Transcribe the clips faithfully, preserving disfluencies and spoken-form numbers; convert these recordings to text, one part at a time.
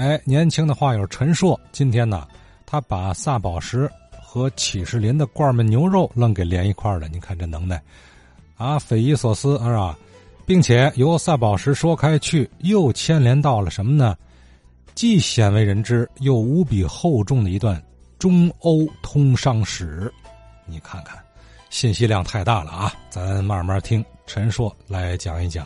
哎，年轻的画友陈硕今天呢，他把萨宝石和启士林的罐焖牛肉愣给连一块了，你看这能耐啊，匪夷所思是吧？并且由萨宝石说开去，又牵连到了什么呢？既鲜为人知又无比厚重的一段中欧通商史。你看看，信息量太大了啊！咱慢慢听陈硕来讲一讲。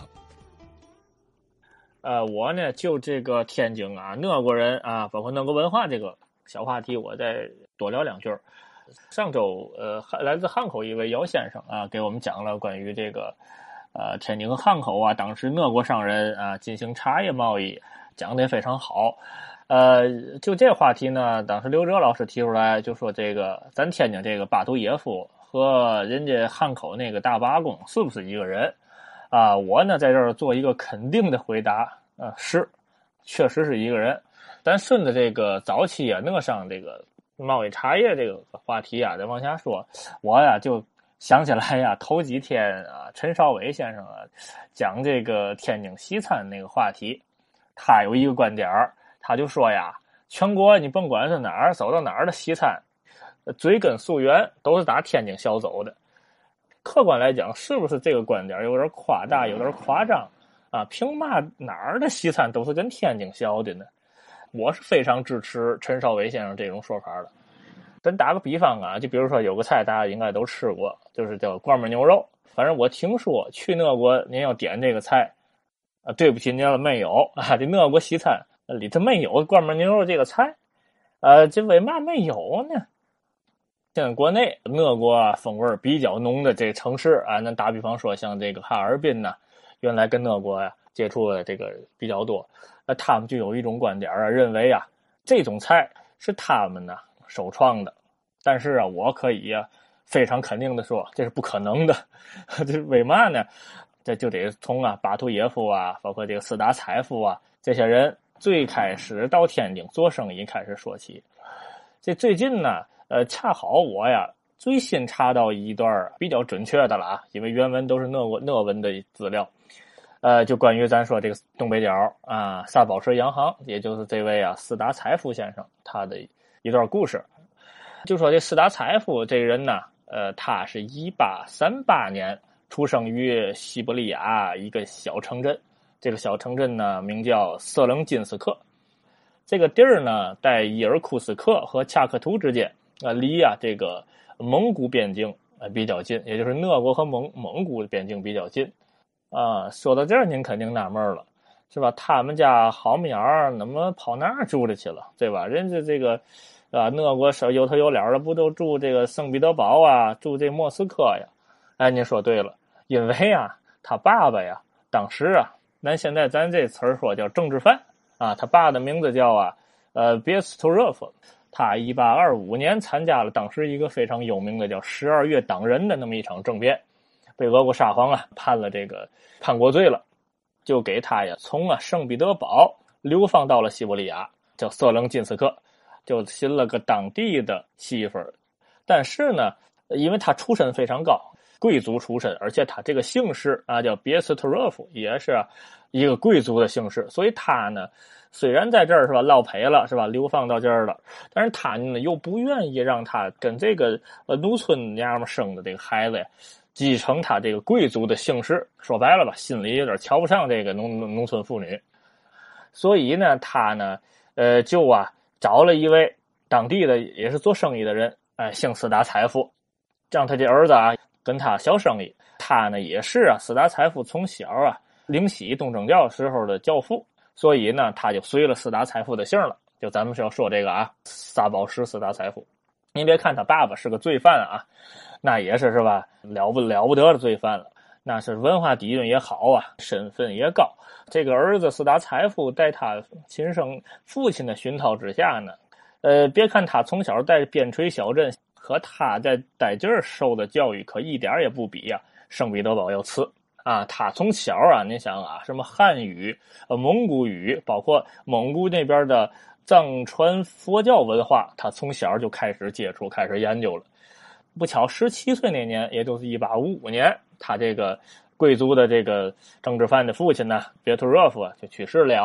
呃，我呢就这个天津啊，俄国人啊，包括俄国文化这个小话题，我再多聊两句。上周呃，来自汉口一位姚先生啊，给我们讲了关于这个呃天津和汉口啊，当时俄国商人啊进行茶叶贸易，讲的也非常好。呃，就这个话题呢，当时刘哲老师提出来，就说这个咱天津这个巴图耶夫和人家汉口那个大八公是不是一个人？啊，我呢在这儿做一个肯定的回答，啊，是，确实是一个人。咱顺着这个早期啊，那上这个贸易茶叶这个话题啊，再往下说，我呀就想起来呀，头几天啊，陈少伟先生啊讲这个天津西餐那个话题，他有一个观点，他就说呀，全国你甭管是哪儿走到哪儿的西餐，追根溯源都是打天津销走的。客观来讲，是不是这个观点有点夸大，有点夸张啊？凭嘛哪儿的西餐都是跟天津学的呢？我是非常支持陈少伟先生这种说法的。咱打个比方啊，就比如说有个菜大家应该都吃过，就是叫罐焖牛肉。反正我听说去俄国您要点这个菜啊，对不起您要没有啊，这俄国西餐里头没有罐焖牛肉这个菜，呃，这为嘛没有呢？现在国内俄国风味比较浓的这个城市啊，那打比方说像这个哈尔滨呢，原来跟俄国呀、啊、接触的这个比较多，那他们就有一种观点啊，认为啊这种菜是他们呢首创的，但是啊我可以啊非常肯定的说这是不可能的，这是为嘛呢？这就得从啊巴图耶夫啊，包括这个斯达采夫啊这些人最开始到天津做生意开始说起。这最近呢。呃，恰好我呀最新查到一段比较准确的了啊，因为原文都是俄文俄文的资料，呃，就关于咱说这个东北角啊萨宝石洋行，也就是这位啊斯达采夫先生他的一段故事。就说这斯达采夫这个人呢，呃，他是一八三八年出生于西伯利亚一个小城镇，这个小城镇呢名叫色棱金斯克，这个地儿呢在伊尔库斯克和恰克图之间。啊，离啊这个蒙古边境啊比较近，也就是俄国和蒙蒙古的边境比较近啊。说到这儿，您肯定纳闷了，是吧？他们家好么儿怎么跑那儿住了去了，对吧？人家这个啊，俄国是有头有脸的，不都住这个圣彼得堡啊，住这莫斯科呀？哎，您说对了，因为啊，他爸爸呀，当时啊，咱现在咱这词儿说叫政治犯啊，他爸的名字叫啊，呃，别斯托热夫。他一八二五年参加了当时一个非常有名的叫十二月党人的那么一场政变，被俄国沙皇啊判了这个叛国罪了，就给他呀从啊圣彼得堡流放到了西伯利亚，叫色棱金斯克，就寻了个当地的媳妇儿。但是呢，因为他出身非常高，贵族出身，而且他这个姓氏啊叫别斯特热夫，也是一个贵族的姓氏，所以他呢虽然在这儿是吧落赔了是吧流放到这儿了，但是他呢又不愿意让他跟这个呃农村娘们生的这个孩子呀继承他这个贵族的姓氏，说白了吧，心里有点瞧不上这个农农村妇女，所以呢他呢呃就啊找了一位当地的也是做生意的人，哎，姓斯达采夫，让他这儿子啊跟他小生意。他呢也是啊斯达采夫从小啊领洗东正教时候的教父，所以呢他就随了斯达采夫的姓了，就咱们是要说这个啊萨宝石斯达采夫。您别看他爸爸是个罪犯啊，那也是是吧了不了不得的罪犯了，那是文化底蕴也好啊，身份也高。这个儿子斯达采夫在他亲生父亲的熏陶之下呢，呃，别看他从小在边陲小镇，和他在在这儿受的教育可一点也不比呀、啊、圣彼得堡要次啊。他从小啊，你想啊，什么汉语、呃蒙古语，包括蒙古那边的藏传佛教文化，他从小就开始接触，开始研究了。不巧，十七岁那年，也就是一八五五年，他这个贵族的这个政治犯的父亲呢，别图热夫就去世了。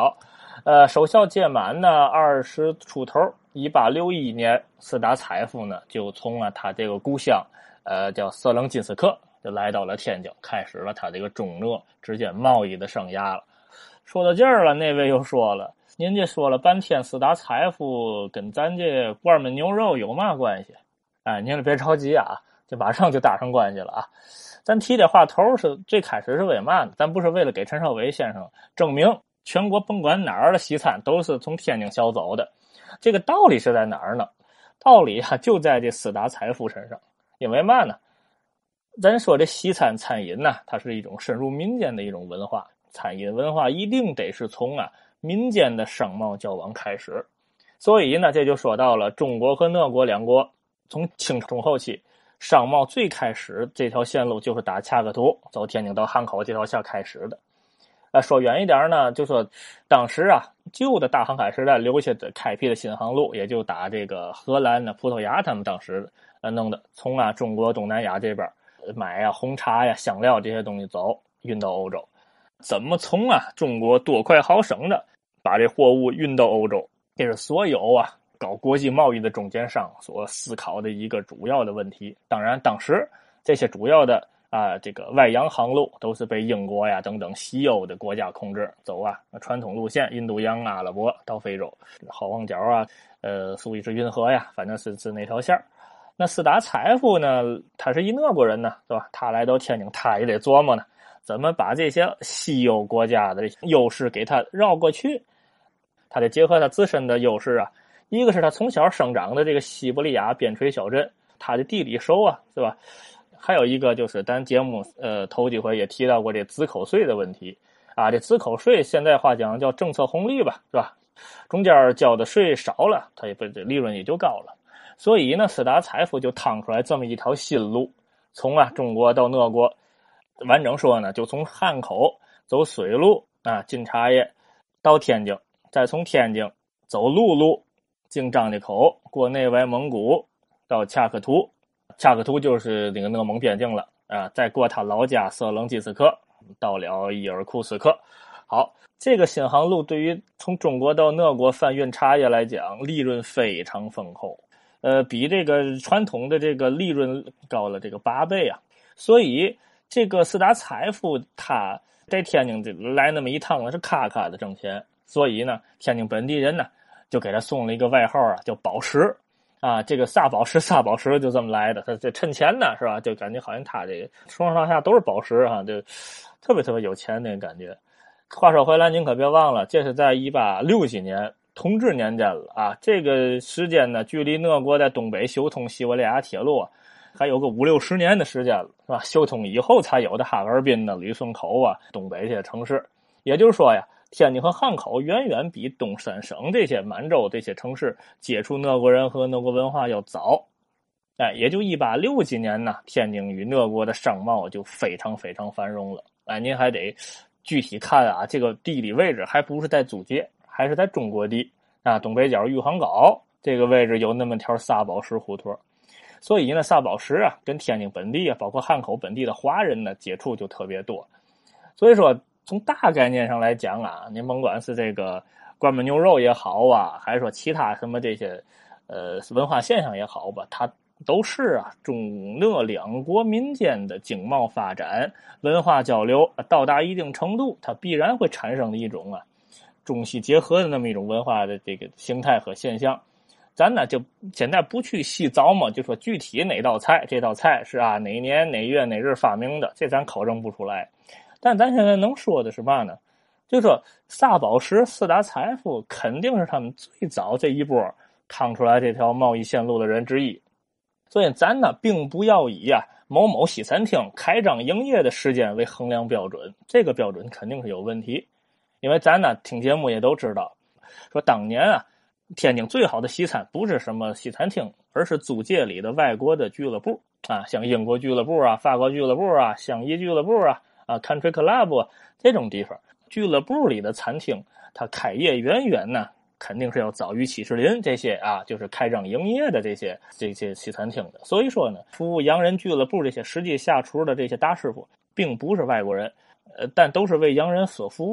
呃，守孝届满呢，二十出头，一八六一年，斯达采夫呢就从啊他这个故乡，呃，叫色楞金斯克，就来到了天津，开始了他这个中俄之间贸易的生涯了。说到这儿了，那位又说了，您这说了半天，斯达采夫跟咱这罐焖牛肉有嘛关系？哎，您别着急啊，这马上就搭上关系了啊。咱提这话头是最开始是为嘛呢？咱不是为了给陈少伟先生证明全国甭管哪儿的西餐都是从天津销走的，这个道理是在哪儿呢？道理啊就在这斯达采夫身上。因为嘛呢？咱说这西餐餐饮呢，它是一种深入民间的一种文化，餐饮文化一定得是从啊民间的商贸交往开始。所以呢，这就说到了中国和俄国两国从清中后期商贸最开始这条线路就是打恰克图走天津到汉口这条线开始的。呃，说远一点呢，就说当时啊，旧的大航海时代留下的开辟的新航路，也就打这个荷兰呢、葡萄牙他们当时呃弄的，从啊中国东南亚这边买啊红茶呀、香料这些东西走，运到欧洲。怎么从啊中国多快好省的把这货物运到欧洲？这是所有啊搞国际贸易的中间商所思考的一个主要的问题。当然，当时这些主要的啊，这个外洋航路都是被英国呀等等西欧的国家控制，走啊传统路线，印度洋、阿拉伯到非洲，好望角啊，呃，苏伊士运河呀，反正是是那条线。那斯达采夫呢，他是一俄国人呢，对吧？他来到天津，他也得琢磨呢，怎么把这些西欧国家的优势给他绕过去。他得结合他自身的优势啊，一个是他从小生长的这个西伯利亚边陲小镇，他的地理熟啊，是吧？还有一个就是咱节目呃头几回也提到过这子口税的问题啊，这子口税现在话讲叫政策红利吧，是吧？中间交的税少了，它也不利润也就高了。所以呢，斯达采夫就趟出来这么一条新路，从啊中国到俄国，完整说呢，就从汉口走水路啊进茶叶到天津，再从天津走陆路经张家口过内外蒙古到恰克图。恰克图就是那个内蒙边境了啊，再过他老家色楞金斯克，到了伊尔库斯克。好，这个新航路对于从中国到俄国贩运茶叶来讲，利润非常丰厚，呃，比这个传统的这个利润高了这个八倍啊。所以这个斯达采夫他在天津来那么一趟呢，是咔咔的挣钱。所以呢，天津本地人呢就给他送了一个外号啊，叫宝石。啊，这个撒宝石撒宝石就这么来的，他这趁钱呢，是吧？就感觉好像他这个从上到下都是宝石啊，就特别特别有钱那个感觉。话说回来，您可别忘了，这是在一八六几年同治年间了啊。这个时间呢，距离俄国在东北修通西伯利亚铁路还有个五六十年的时间了，是吧？修通以后才有的哈尔滨的旅顺口啊，东北这些城市。也就是说呀，天津和汉口远远比东三省这些满洲这些城市接触俄国人和俄国文化要早。哎，也就一八六几年呢，天津与俄国的商贸就非常非常繁荣了。哎，您还得具体看啊，这个地理位置还不是在租界，还是在中国地啊，东北角玉皇岛这个位置有那么条撒宝石胡同。所以呢，撒宝石啊，跟天津本地啊，包括汉口本地的华人呢，接触就特别多。所以说，从大概念上来讲啊，您甭管是这个罐焖牛肉也好啊，还是说其他什么这些呃文化现象也好吧，它都是啊中俄两国民间的经贸发展、文化交流到达一定程度，它必然会产生的一种啊中西结合的那么一种文化的这个形态和现象。咱呢就现在不去细琢磨，就说具体哪道菜，这道菜是啊哪年哪月哪日发明的，这咱考证不出来。但咱现在能说的是嘛呢？就是说撒宝石、斯达采夫肯定是他们最早这一波趟出来这条贸易线路的人之一。所以咱呢并不要以啊某某西餐厅开张营业的时间为衡量标准，这个标准肯定是有问题。因为咱呢听节目也都知道，说当年啊天津最好的西餐不是什么西餐厅，而是租界里的外国的俱乐部啊，像英国俱乐部啊、法国俱乐部啊、相宜俱乐部啊、啊 Country Club 这种地方，俱乐部里的餐厅，它开业远远呢，肯定是要早于七十林这些啊，就是开张营业的这些这些西餐厅的。所以说呢，服务洋人俱乐部这些实际下厨的这些大师傅，并不是外国人，呃，但都是为洋人所服务。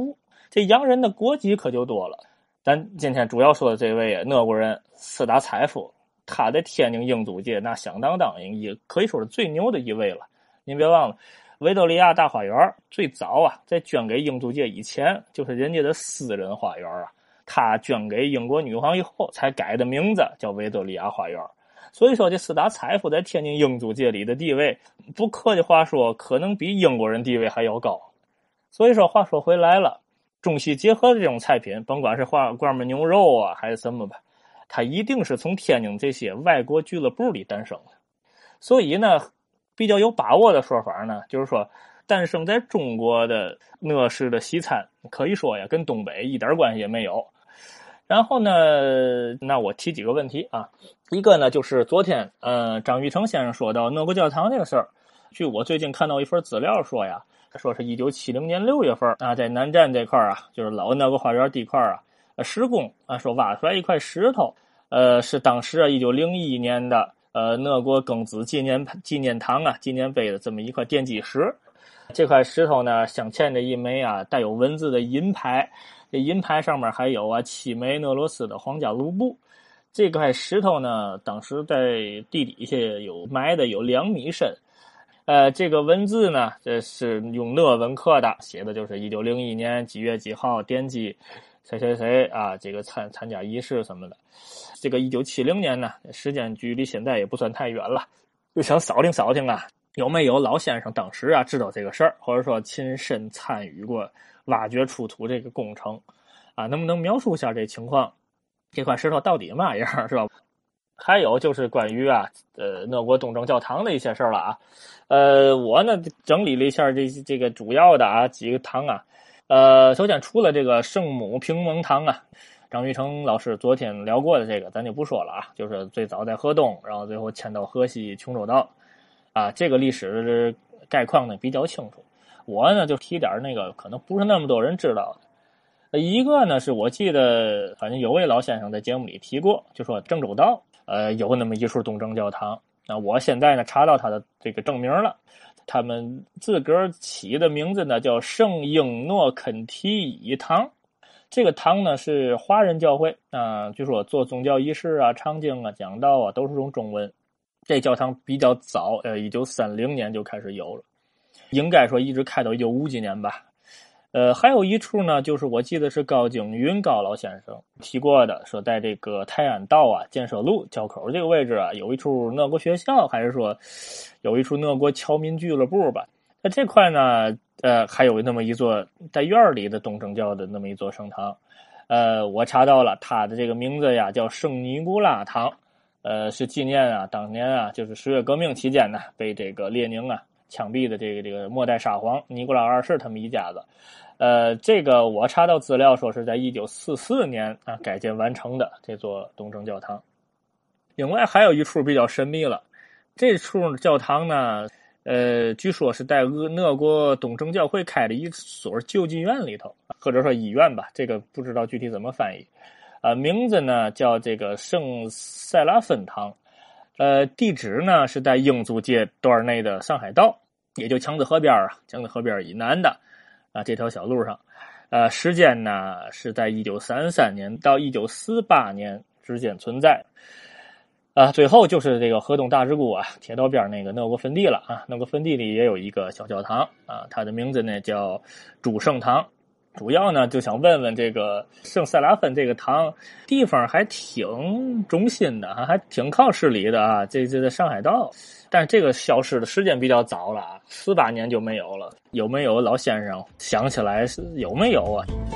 这洋人的国籍可就多了。咱今天主要说的这位俄国人斯达采夫，他在天津英租界那响当当也可以说是最牛的一位了。您别忘了，维多利亚大花园最早啊，在捐给英租界以前，就是人家的私人花园啊。他捐给英国女皇以后，才改的名字叫维多利亚花园。所以说，这斯达采夫在天津英租界里的地位，不客气话说，可能比英国人地位还要高。所以说，话说回来了，中西结合的这种菜品，甭管是花罐焖牛肉啊，还是什么吧，它一定是从天津这些外国俱乐部里诞生的。所以呢，比较有把握的说法呢，就是说，诞生在中国的俄式的西餐，可以说呀，跟东北一点关系也没有。然后呢，那我提几个问题啊。一个呢，就是昨天呃张玉成先生说到俄国教堂这个事儿，据我最近看到一份资料说呀，说是一九七零年六月份啊，在南站这块啊，就是老俄国花园地块啊，施工啊，说挖出来一块石头，呃，是当时啊一九零一年的呃俄国庚子纪念纪念堂啊纪念碑的这么一块奠基石。这块石头呢，镶嵌着一枚啊带有文字的银牌。这银牌上面还有啊七枚俄罗斯的皇家卢布。这块石头呢，当时在地底下有埋的有两米深。呃，这个文字呢，这是用俄文刻的，写的就是一九零一年几月几号奠基谁谁谁啊，这个参参加仪式什么的。这个一九七零年呢，时间距离现在也不算太远了，就想扫听扫听啊，有没有老先生当时啊知道这个事儿，或者说亲身参与过挖掘出土这个工程啊，能不能描述一下这情况？这块石头到底嘛样是吧？还有就是关于啊，呃，俄国东正教堂的一些事儿了啊。呃，我呢整理了一下这这个主要的啊几个堂啊。呃，首先除了这个圣母平蒙堂啊，张玉成老师昨天聊过的这个，咱就不说了啊。就是最早在河东，然后最后迁到河西琼州道啊，这个历史概况呢比较清楚。我呢就提点那个可能不是那么多人知道的。一个呢是我记得反正有位老先生在节目里提过，就说郑州道呃有那么一处东正教堂。那我现在呢查到他的这个正名了，他们自个儿起的名字呢叫圣英诺肯提伊堂。这个堂呢是华人教会啊、呃，据说做宗教仪式啊、唱经啊、讲道啊都是用中文。这教堂比较早，呃，一九三零年就开始有了，应该说一直开到一九五几年吧。呃，还有一处呢，就是我记得是高景云高老先生提过的，说在这个泰安道啊、建设路交口这个位置啊，有一处俄国学校，还是说有一处俄国侨民俱乐部吧。在这块呢，呃，还有那么一座在院里的东正教的那么一座圣堂。呃，我查到了，它的这个名字呀叫圣尼古拉堂。呃，是纪念啊，当年啊，就是十月革命期间呢，被这个列宁啊枪毙的这个这个末代沙皇尼古拉二世他们一家子。呃，这个我查到资料说是在一九四四年啊改建完成的这座东正教堂。另外还有一处比较神秘了，这处教堂呢，呃，据说是在俄俄国东正教会开的一所救济院里头，或者说医院吧，这个不知道具体怎么翻译。呃，名字呢叫这个圣塞拉芬堂，呃，地址呢是在英租界段内的上海道，也就强子河边啊，强子河边以南的啊这条小路上，呃，时间呢是在一九三三年到一九四八年之间存在，啊，最后就是这个河东大直沽啊，铁道边那个俄国坟地了啊，那个坟地里也有一个小教堂啊，它的名字呢叫主圣堂。主要呢就想问问这个圣塞拉芬这个堂地方还挺中心的，还挺靠市里的啊，这这在上海道，但是这个消失的时间比较早了啊，四八年就没有了。有没有老先生想起来是有没有啊？